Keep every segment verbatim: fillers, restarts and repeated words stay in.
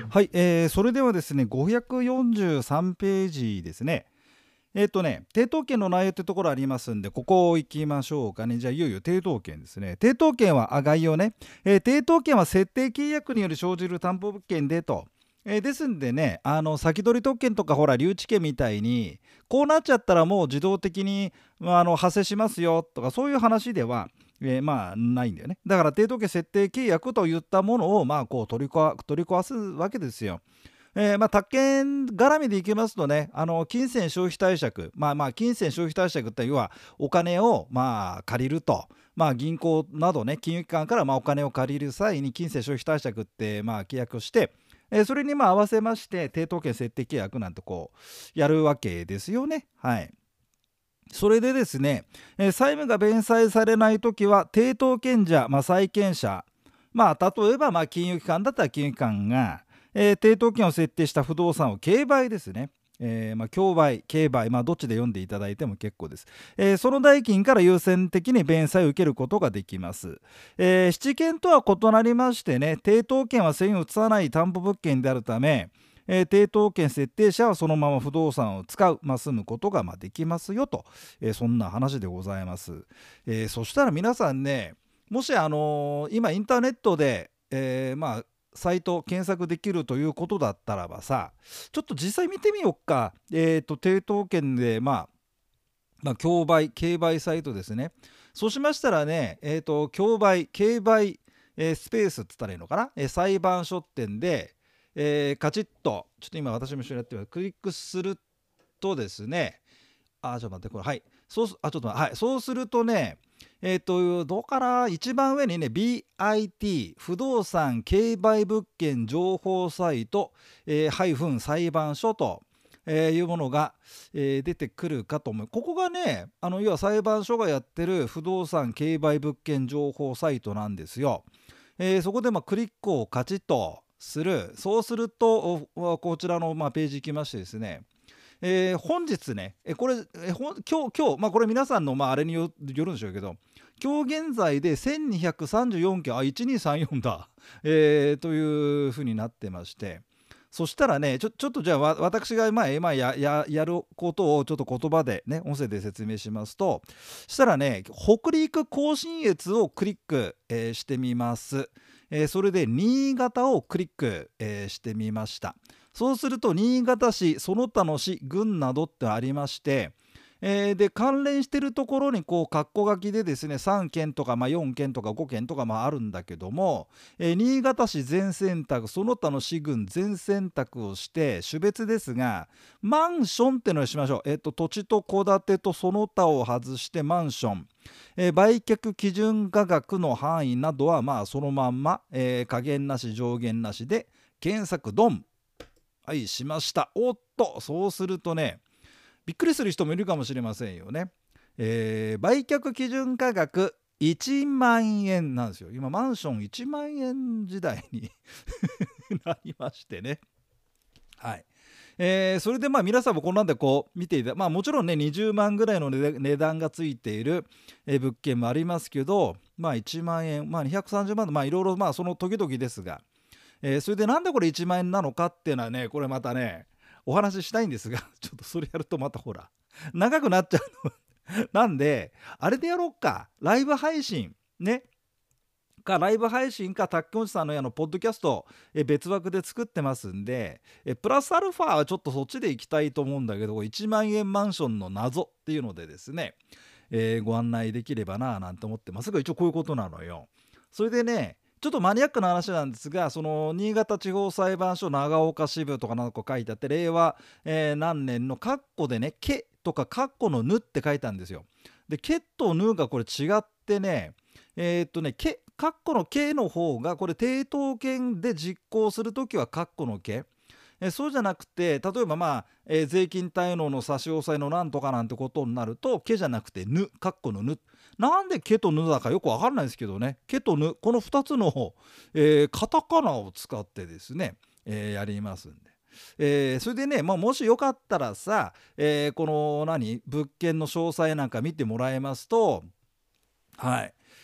はい、えー、それではですね、ごひゃくよんじゅうさんページですね。えっ、とね、抵当権の内容ってところありますんで、ここ行きましょうかね。じゃあ、いよいよ抵当権ですね。抵当権は、あ、概要ね。えー、抵当権は設定契約により生じる担保物件でと。えーですんでね、あの先取り特権とかほら留置権みたいにこうなっちゃったらもう自動的に、まあ、あの発生しますよとかそういう話では、えーまあないんだよね。だから抵当権設定契約といったものをまあこう取りこ取り壊すわけですよ。えーまあ、宅建絡みでいきますとね、あの金銭消費貸借、まあまあ金銭消費貸借って要はお金をまあ借りると、まあ銀行などね金融機関からまあお金を借りる際に金銭消費貸借ってまあ契約をして、えーそれにまあ合わせまして抵当権設定契約なんてこうやるわけですよね。はい。それでですね、えー債務が弁済されないときは抵当権者、まあ、債権者、まあ、例えばまあ金融機関だったら金融機関が、えー抵当権を設定した不動産を競売ですね。えーまあ、競売、競売、まあ、どっちで読んでいただいても結構です。えーその代金から優先的に弁済を受けることができます。えー七権とは異なりましてね、抵当権は線を移さない担保物件であるため、えー抵当権設定者はそのまま不動産を使う、まあ、住むことがまあできますよと、えーそんな話でございます。えーそしたら皆さんね、もしあのー今インターネットで、えーまあサイト検索できるということだったらばさ、ちょっと実際見てみよっか。えっ、と抵当権でまあまあ、競売、競売サイトですね。そうしましたらね、えっ、と、競売、競売、えースペースって言ったらいいのかな、えー裁判所店で、えーカチッと、ちょっと今私も一緒にやってみます。クリックするとですね、あ、ちょっと待って、これ、はい。そうす、あ、ちょっと待って、はい。そうするとね、えっ、と、どうかな、一番上にね、ビーアイティー、不動産競売物件情報サイト、えー、ハイフン裁判所と、えーいうものが、えー出てくるかと思う。ここがね、あの、要は裁判所がやってる不動産競売物件情報サイトなんですよ。えーそこでまあクリックをカチッとする。そうすると、おこちらのまあページ行きましてですね、えー本日ね、えこれ、えほん今日、今日、まあこれ皆さんのまああれによよるんでしょうけど、今日現在でせんにひゃくさんじゅうよんけん、あ、いちにさんよんだ、えーというふうになってまして、そしたらね、ちょちょっとじゃあわ私がまあ今やややることをちょっと言葉でね、音声で説明しますと、そしたらね、北陸甲信越をクリック、えーしてみます。えーそれで新潟をクリック、えーしてみました。そうすると新潟市、その他の市、郡などってありまして、えーで関連してるところにこう括弧書きでですねさんけんとか、まあ、よんけんとかごけんとかまああるんだけども、えー新潟市全選択、その他の市郡全選択をして種別ですがマンションってのにしましょう。えっと土地と戸建てとその他を外してマンション、えー売却基準価格の範囲などはまあそのまんま、えー下限なし上限なしで検索ドン、はい、しました。おっと、そうするとね、びっくりする人もいるかもしれませんよね。えー売却基準価格いちまんえんなんですよ。今、マンションいちまんえん時代になりましてね。はい。えーそれでまあ皆さんもこんなんでこう見ていた、まあもちろんねにじゅうまんぐらいの値値段がついているえー物件もありますけど、まあいちまんえん、まあにひゃくさんじゅうまん、まあいろいろまあその時々ですが、えーそれでなんでこれいちまんえんなのかっていうのはね、これまたね、お話ししたいんですが、ちょっとそれやるとまたほら、長くなっちゃうの。なんで、あれでやろうか。ライブ配信。ね。か、ライブ配信か、タッキョンさんのあの、ポッドキャスト、え別枠で作ってますんで、えプラスアルファはちょっとそっちで行きたいと思うんだけど、いちまんえんマンションの謎っていうのでですね、えーご案内できればなぁなんて思ってますが、一応こういうことなのよ。それでね、ちょっとマニアックな話なんですが、その新潟地方裁判所長岡支部とかなんか書いてあって、令和、えー何年のカッコでね、けとかカッコのぬって書いたんですよ。で、けとぬがこれ違ってね、えーっとね、け、カッコのけの方がこれ抵当権で実行するときはカッコのけ。えそうじゃなくて、例えばまあ、えー税金滞納の差し押さえのなんとかなんてことになると、けじゃなくてぬ、カッコのぬ。なんでけとぬだかよくわかんないですけどね、けとぬ、このふたつの、えーカタカナを使ってですね、えーやりますんで。えーそれでね、まあ、もしよかったらさ、えーこの何物件の詳細なんか見てもらえますと、はい。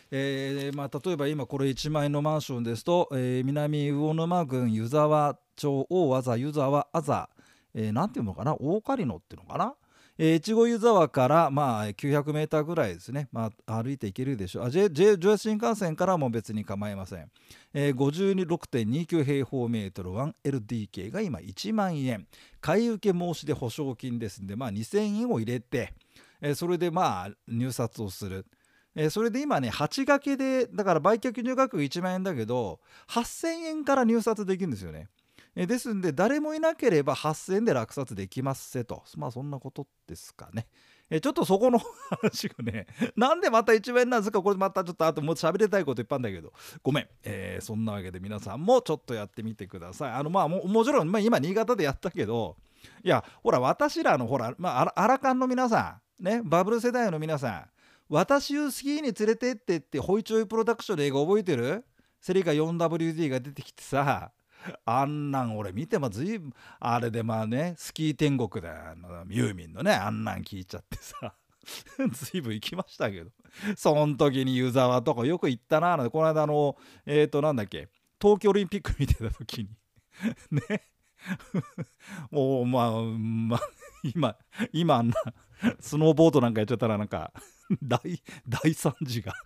えーまあ、例えば今これいちまん円のマンションですと、えー南魚沼郡湯沢町大和座湯沢あざ、えーなんていうのかな、大狩野っていうのかな、えー越後湯沢からまあきゅうひゃくメーターぐらいですね、まあ、歩いていけるでしょう。あ J J 上越新幹線からも別に構いません。えー、ごじゅうろくてんにきゅう平方メートル ワンエルディーケー が今いちまん円、買い受け申し出保証金ですんで、まあ、にせんえんを入れて、えーそれでまあ入札をする。えーそれで今ねはち掛けで、だから売却入額いちまん円だけどはっせんえんから入札できるんですよね。えーですんで誰もいなければはっせんえんで落札できますせと、まあそんなことですかね。えーちょっとそこの話がね、なんでまたいちまん円なんですか、これまたちょっとあともう喋りたいこといっぱいあるんだけど、ごめん、えーそんなわけで皆さんもちょっとやってみてください。あのまあももちろん、まあ、今新潟でやったけど、いやほら私らのほら、まあ、アラアラカンの皆さんね、バブル世代の皆さん、私をスキーに連れてってってホイチョイプロダクションで映画覚えてる？セリカ フォーダブリューディー が出てきてさ、あんなん俺見てもずいぶんあれでまあね、スキー天国であのユーミンのねあんなん聞いちゃってさずいぶん行きましたけど、そん時に湯沢とかよく行ったな。この間あのえっ、ー、となんだっけ、東京オリンピック見てた時にねもうまあ、まあ、今今あんなスノーボードなんかやっちゃったらなんか大大惨事が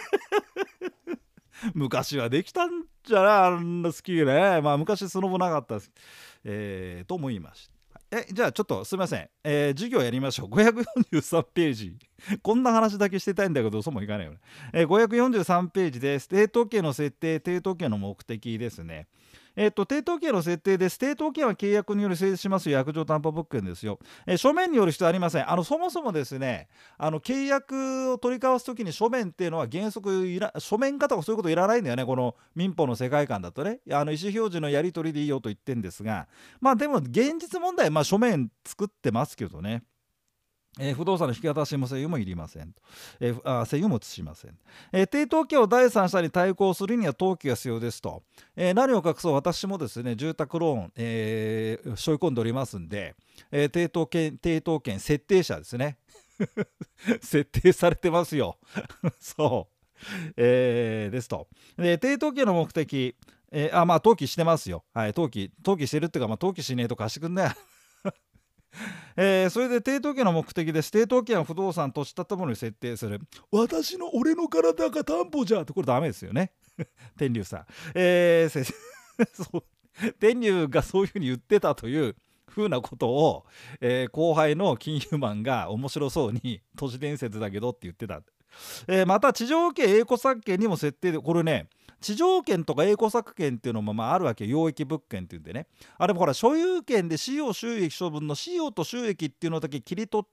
昔はできたんじゃないあんなスキーね。まあ昔スノボなかったです、えー、と思いました。えじゃあちょっとすみません、えー、授業やりましょう。ごひゃくよんじゅうさんページこんな話だけしてたいんだけどそうもいかないよね、えー、ごひゃくよんじゅうさんページです。抵当権の設定、抵当権の目的ですね。えっと、抵当権の設定です。抵当権は契約により成立します約定担保物件ですよ。えー書面による必要ありません。あのそもそもですね、あの契約を取り交わすときに書面っていうのは原則いら書面化とかそういうこといらないんだよね。この民法の世界観だとね、あの意思表示のやり取りでいいよと言ってんですが、まあでも現実問題、まあ書面作ってますけどね。えー不動産の引き渡しも請求もいりませんと、えーあ請求も移しません、えー、抵当権を第三者に対抗するには登記が必要ですと、えー何を隠そう私もですね住宅ローン、えー、背負い込んでおりますんで、えー、抵当権抵当権設定者ですね設定されてますよそう、えーですと。で抵当権の目的、えーあまあ登記してますよ。はい、登記登記してるっていうか、まあ、登記しねえと貸してくんねえーそれで抵当権の目的です。抵当権は不動産土地建物に設定する。私の俺の体が担保じゃって、これダメですよね天竜さん、えーせそう天竜がそういうふうに言ってたというふうなことを、えー後輩の金融マンが面白そうに都市伝説だけどって言ってた。えーまた地上権栄枯作権にも設定で、これね地上権とか栄枯作権っていうのもまああるわけよ。領域物件っていうんでね、あれもほら所有権で使用収益処分の使用と収益っていうのだけ切り取って、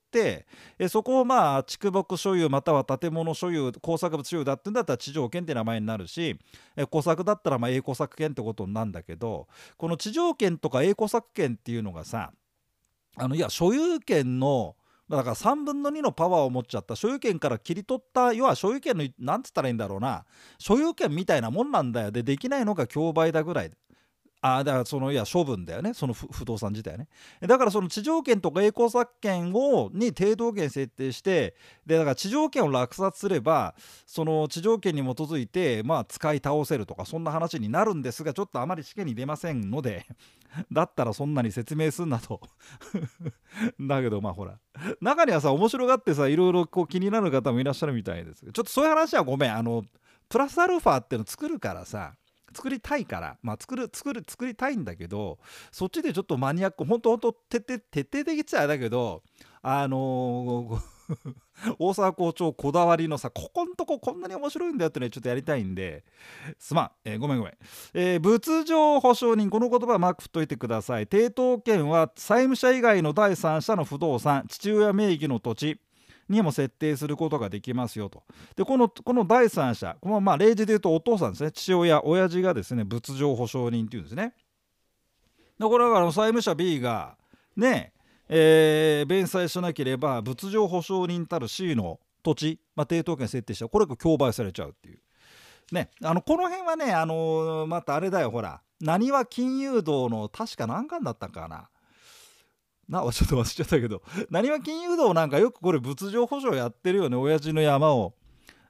えそこをまあ畜牧所有または建物所有工作物所有だってんだったら地上権って名前になるし、え工作だったらまあ栄枯作権ってことになるんだけど、この地上権とか栄枯作権っていうのがさ、あのいや所有権のだからさんぶんのにのパワーを持っちゃった所有権から切り取った、要は所有権のなんつったらいいんだろうな、所有権みたいなもんなんだよ。でできないのが競売だぐらい。あだからそのいや処分だよね、その不不動産自体ね。だからその地上権とか栄光作権をに抵当権設定して、でだから地上権を落札すればその地上権に基づいてまあ使い倒せるとかそんな話になるんですが、ちょっとあまり試験に出ませんのでだったらそんなに説明すんなとだけどまあほら中にはさ面白がってさいろいろこう気になる方もいらっしゃるみたいです。ちょっとそういう話はごめん、あのプラスアルファっていうの作るからさ、作りたいから、まあ、作る作る作りたいんだけど、そっちでちょっとマニアック、ほんとほんと徹底徹底的っちゃあれだけど、あのー大沢校長こだわりのさ、ここんとここんなに面白いんだよってねちょっとやりたいんで、すまん、えーごめんごめん、えー物情保証人、この言葉はマーク振っといてください。抵当権は債務者以外の第三者の不動産、父親名義の土地にも設定することができますよと。でこのこの第三者、このまあ例示で言うとお父さんですね、父親親父がですね物情保証人っていうんですね。でこれだから債務者 B がねえー弁済しなければ物情保証人たる C の土地、まあ、抵当権設定したらこれが競売されちゃうっていうね。あのこの辺はね、あのーまたあれだよ、ほらなにわ金融道の確か何巻だったかなな、ちょっと忘れちゃったけどなにわ金融道なんかよくこれ物情保証やってるよね、親父の山を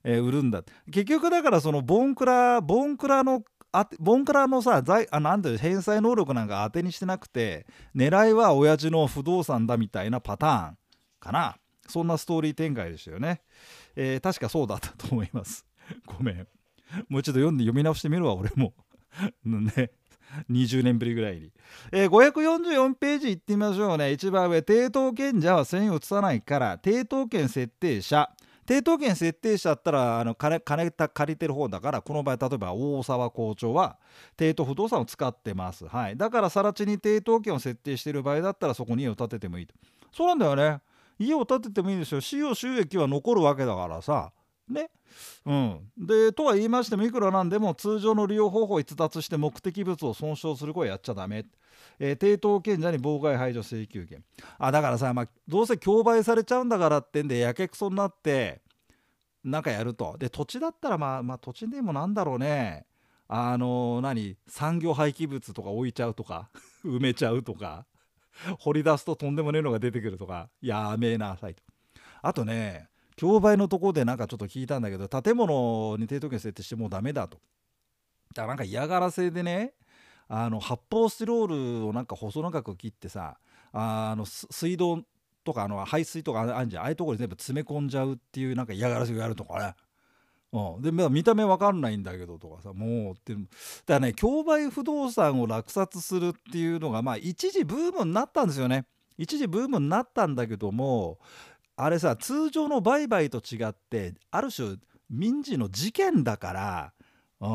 えー売るんだ。結局だからそのボンクラボンクラのあボンクラのさ財あなんていう返済能力なんか当てにしてなくて、狙いは親父の不動産だみたいなパターンかな。そんなストーリー展開でしたよね。えー確かそうだったと思います。ごめん、もう一度読んで読み直してみるわ俺もね、にじゅうねんぶりぐらいに、えーごひゃくよんじゅうよんページいってみましょうね。一番上、抵当権者は線を移さないから抵当権設定者、抵当権設定者だったらあの 金, 金た借りてる方だから、この場合例えば大沢校長は抵当不動産を使ってます、はい、だから更地に抵当権を設定している場合だったらそこに家を建ててもいいと。そうなんだよね、家を建ててもいいですよ。使用収益は残るわけだからさね。うん、でとは言いましても、いくらなんでも通常の利用方法を逸脱して目的物を損傷することはやっちゃダメ、えー、抵当権者に妨害排除請求権。あだからさ、まあ、どうせ競売されちゃうんだからってんでやけくそになってなんかやると。で土地だったらまあまあ土地でもなんだろうね、あのー何産業廃棄物とか置いちゃうとか埋めちゃうとか掘り出すととんでもねえのが出てくるとか、やめなさいと。あとね、競売のところでなんかちょっと聞いたんだけど、建物に抵当権設定してもうダメだと。だからなんか嫌がらせでね、あの発泡スチロールをなんか細長く切ってさ、あのす水道とかあの排水とかあるじゃん、ああいうところに全部詰め込んじゃうっていうなんか嫌がらせをやるとかね。うん、でまあ見た目わかんないんだけどとかさ、もうってだからね、競売不動産を落札するっていうのがまあ一時ブームになったんですよね。一時ブームになったんだけども、あれさ通常の売買と違ってある種民事の事件だから、うん、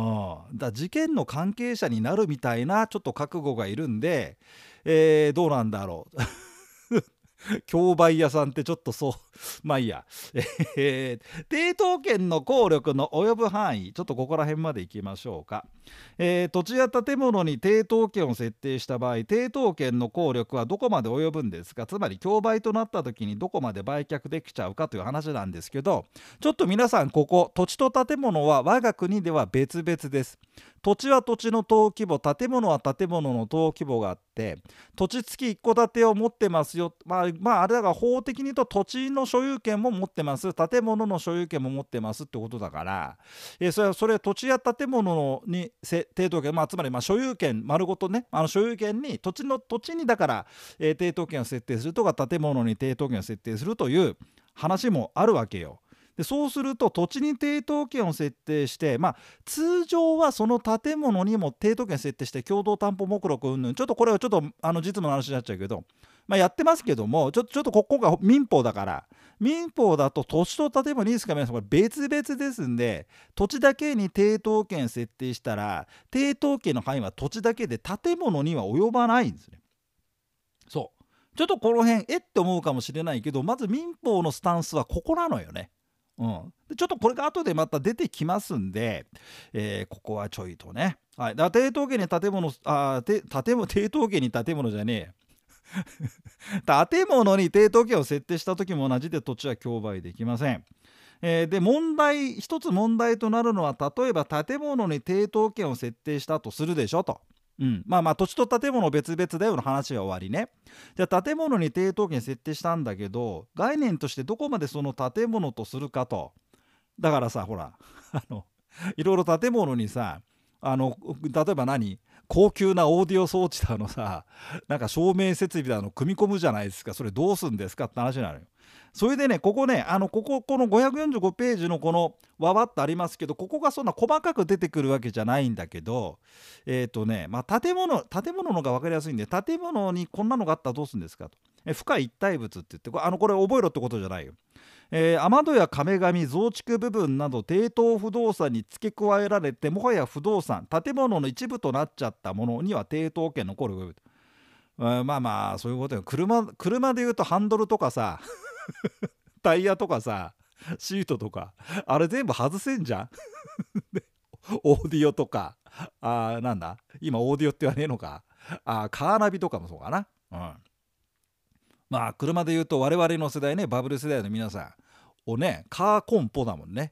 だ事件の関係者になるみたいなちょっと覚悟がいるんで、えーどうなんだろう競売屋さんってちょっとそうまあいいや、えー、抵当権の効力の及ぶ範囲、ちょっとここら辺までいきましょうか。えー土地や建物に抵当権を設定した場合、抵当権の効力はどこまで及ぶんですか。つまり競売となった時にどこまで売却できちゃうかという話なんですけど、ちょっと皆さんここ土地と建物は我が国では別々です。土地は土地の登記簿、建物は建物の登記簿があって、土地付き一戸建てを持ってますよ、まあ、まああれだから法的に言うと土地の所有権も持ってます、建物の所有権も持ってますってことだから、えーそれはそれは土地や建物にせ抵当権、まあ、つまりまあ所有権丸ごとね、あの所有権に土地の土地にだから、えー抵当権を設定するとか建物に抵当権を設定するという話もあるわけよ。でそうすると土地に抵当権を設定して、まあ、通常はその建物にも抵当権設定して共同担保目録云々、ちょっとこれはちょっとあの実務の話になっちゃうけど、まあ、やってますけども、ちょちょっとここが民法だから、民法だと土地と建物いいですか皆さん、これ別々ですんで、土地だけに抵当権設定したら抵当権の範囲は土地だけで建物には及ばないんですね。そうちょっとこの辺えって思うかもしれないけど、まず民法のスタンスはここなのよね。うん、でちょっとこれが後でまた出てきますんで、えーここはちょいとね、はい、だから抵当権に建物あて建物抵当権に建物じゃねえ建物に抵当権を設定した時も同じで土地は競売できません。えーで問題一つ問題となるのは、例えば建物に抵当権を設定したとするでしょと。うん、まあまあ土地と建物別々だよの話は終わりね。じゃあ建物に抵当権設定したんだけど、概念としてどこまでその建物とするかと。だからさほらあのいろいろ建物にさ、あの例えば何高級なオーディオ装置だのさ、なんか照明設備だの組み込むじゃないですか。それどうすんですかって話なのよ。それでね、ここね、あのこここのごひゃくよんじゅうごページのこのわわっとありますけど、ここがそんな細かく出てくるわけじゃないんだけど、えっ、とね、まあ建物建物の方が分かりやすいんで、建物にこんなのがあったらどうするんですかと。え不可一体物って言って、これあのこれ覚えろってことじゃないよ。えー雨戸や壁紙増築部分など抵当不動産に付け加えられて、もはや不動産建物の一部となっちゃったものには抵当権の効力が及ぶと。うんまあまあそういうことよ。車車でいうとハンドルとかさタイヤとかさシートとかあれ全部外せんじゃんでオーディオとか、あーなんだ今オーディオって言わねえのか、あーカーナビとかもそうかな。うんまあ車で言うと我々の世代ね、バブル世代の皆さんをね、カーコンポだもんね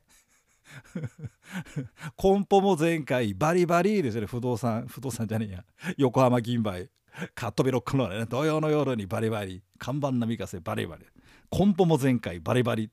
コンポも前回バリバリですよね。不動産不動産じゃねえや横浜銀杯カットベロックのね土曜の夜にバリバリ看板なみかせバリバリ、コンポも前回バリバリ、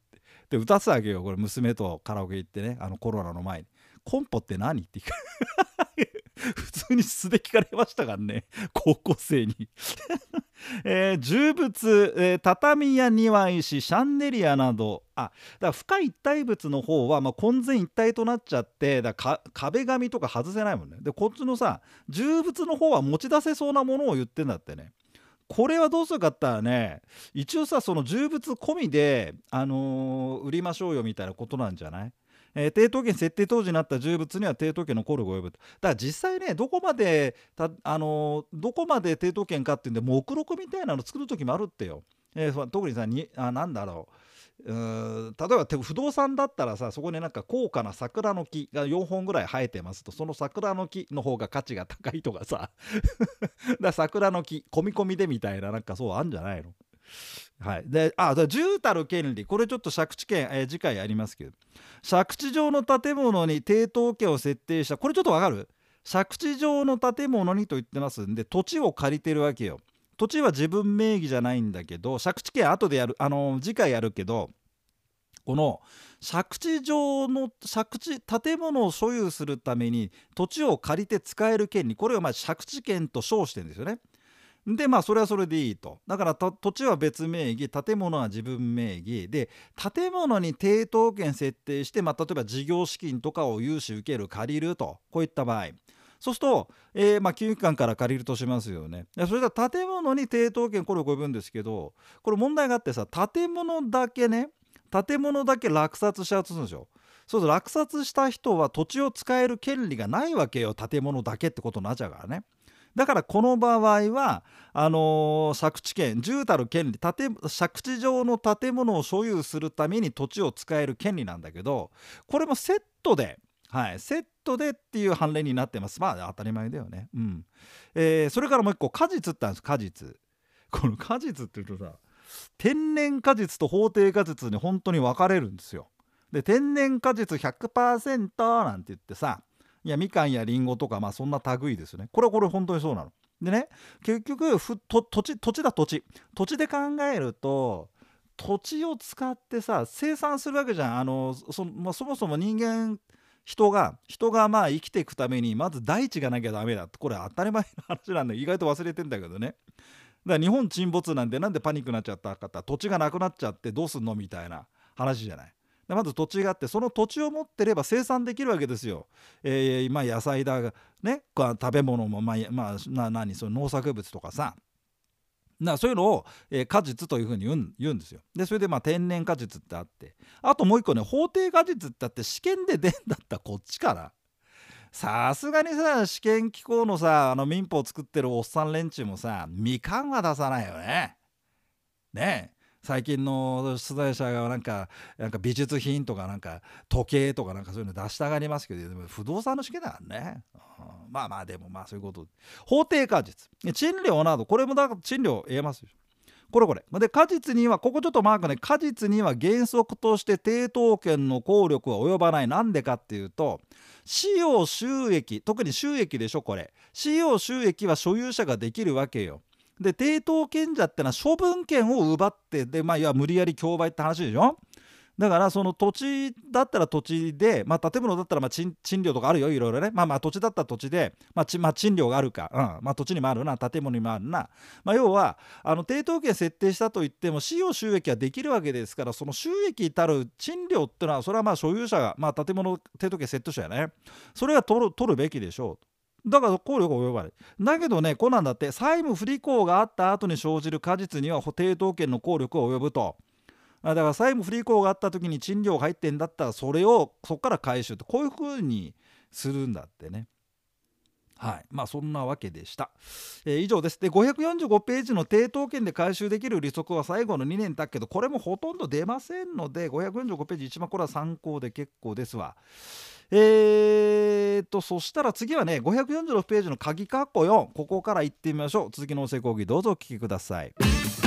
で歌ってたわけよ、これ娘とカラオケ行ってね、あのコロナの前に。コンポって何って聞か普通に素で聞かれましたからね、高校生にえー重物、えー畳や庭石、シャンデリアなど、あ、だから深い一体物の方は、まあ、混然一体となっちゃって、だからか壁紙とか外せないもんね。でこっちのさ重物の方は持ち出せそうなものを言ってんだってね。これはどうするかって言ったらね、一応さその重物込みで、あのー売りましょうよみたいなことなんじゃない？えー抵当権設定当時になった重物には抵当権の効力を及ぶと。だから実際ね、どこまでた、あのーどこまで抵当権かっていうんで目録みたいなの作る時もあるってよ。えーそ特にさにあなんだろううーん例えばて不動産だったらさ、そこになんか高価な桜の木がよんほんぐらい生えてますと、その桜の木の方が価値が高いとかさだから桜の木込み込みでみたいな、なんかそうあんじゃないの？はい、であだから重たる権利、これちょっと借地権、えー次回やりますけど、借地上の建物に抵当権を設定した、これちょっとわかる？借地上の建物にと言ってますんで、土地を借りてるわけよ。土地は自分名義じゃないんだけど、借地権後でやる、あのー次回やるけど、この借地上の借地建物を所有するために土地を借りて使える権利、これをまあ借地権と称してるんですよね。でまあそれはそれでいいと。だからと土地は別名義、建物は自分名義で、建物に抵当権設定して、まあ、例えば事業資金とかを融資受ける、借りると、こういった場合、そうすると、えーまあ金融機関から借りるとしますよね。でそれでは建物に抵当権、これを呼ぶんですけど、これ問題があってさ、建物だけね建物だけ落札しちゃうとするんですよ。そうすると落札した人は土地を使える権利がないわけよ、建物だけってことになっちゃうからね。だからこの場合はあのー借地権、重たる権利、建借地上の建物を所有するために土地を使える権利なんだけど、これもセットで、はい、セットでっていう判例になってます。まあ当たり前だよね。うん。えーそれからもう一個、果実ってあるんです。果実。この果実って言うとさ、天然果実と法定果実に本当に分かれるんですよ。で天然果実 ひゃくパーセント なんて言ってさ、いやみかんやりんごとか、まあそんな類ですよね。これはこれ本当にそうなの。でね、結局ふと土地土地だ土地土地で考えると、土地を使ってさ生産するわけじゃん。あのそ,、まあ、そもそも人間人が人がまあ生きていくためにまず大地がなきゃダメだって、これ当たり前の話なんで意外と忘れてんだけどね。だから日本沈没なんでなんでパニックになっちゃったかって、土地がなくなっちゃってどうすんのみたいな話じゃない。でまず土地があって、その土地を持ってれば生産できるわけですよ。えーまあ、野菜だね、こう食べ物も、まあまあ、な何その農作物とかさ、なそういうのを、えー果実というふうに言うん言うんですよ。でそれでまあ天然果実ってあって、あともう一個ね、法定果実ってあって、試験で出んだったらこっちかな。さすがにさ試験機構のさあの民法を作ってるおっさん連中もさみかんは出さないよね。ねえ、最近の出題者がなんかなんか美術品とかなんか時計とかなんかそういうの出したがりますけど、でも不動産の試験だからね。うんまあまあでもまあそういうこと。法定果実、賃料など、これもだから賃料言えますよ。これこれで果実には、ここちょっとマークね、果実には原則として抵当権の効力は及ばない。なんでかっていうと、使用収益、特に収益でしょこれ。使用収益は所有者ができるわけよ。で抵当権者ってのは処分権を奪って、でまあいわ無理やり競売って話でしょ。だからその土地だったら土地で、まあ、建物だったらまあ賃賃料とかあるよ、いろいろね。まあまあ土地だったら土地で、まあちまあ、賃料があるか、うんまあ、土地にもあるな、建物にもあるな、まあ、要はあの抵当権設定したといっても使用収益はできるわけですから、その収益たる賃料ってのはそれはまあ所有者が、まあ、建物抵当権設定者やね、それは取る取るべきでしょう。だから効力及ばない。だけどね、こうなんだって、債務不履行があった後に生じる果実には抵当権の効力が及ぶと。だから債務不履行があった時に賃料が入ってんだったら、それをそこから回収と、こういうふうにするんだってね。はい、まあそんなわけでした。えー以上です。でごひゃくよんじゅうごページの抵当権で回収できる利息は最後のにねんだけど、これもほとんど出ませんので、ごひゃくよんじゅうごページ一番これは参考で結構ですわ。えーとそしたら次はね、ごひゃくよんじゅうろくページの鍵括弧よん、ここから行ってみましょう。続きの音声講義どうぞお聞きください。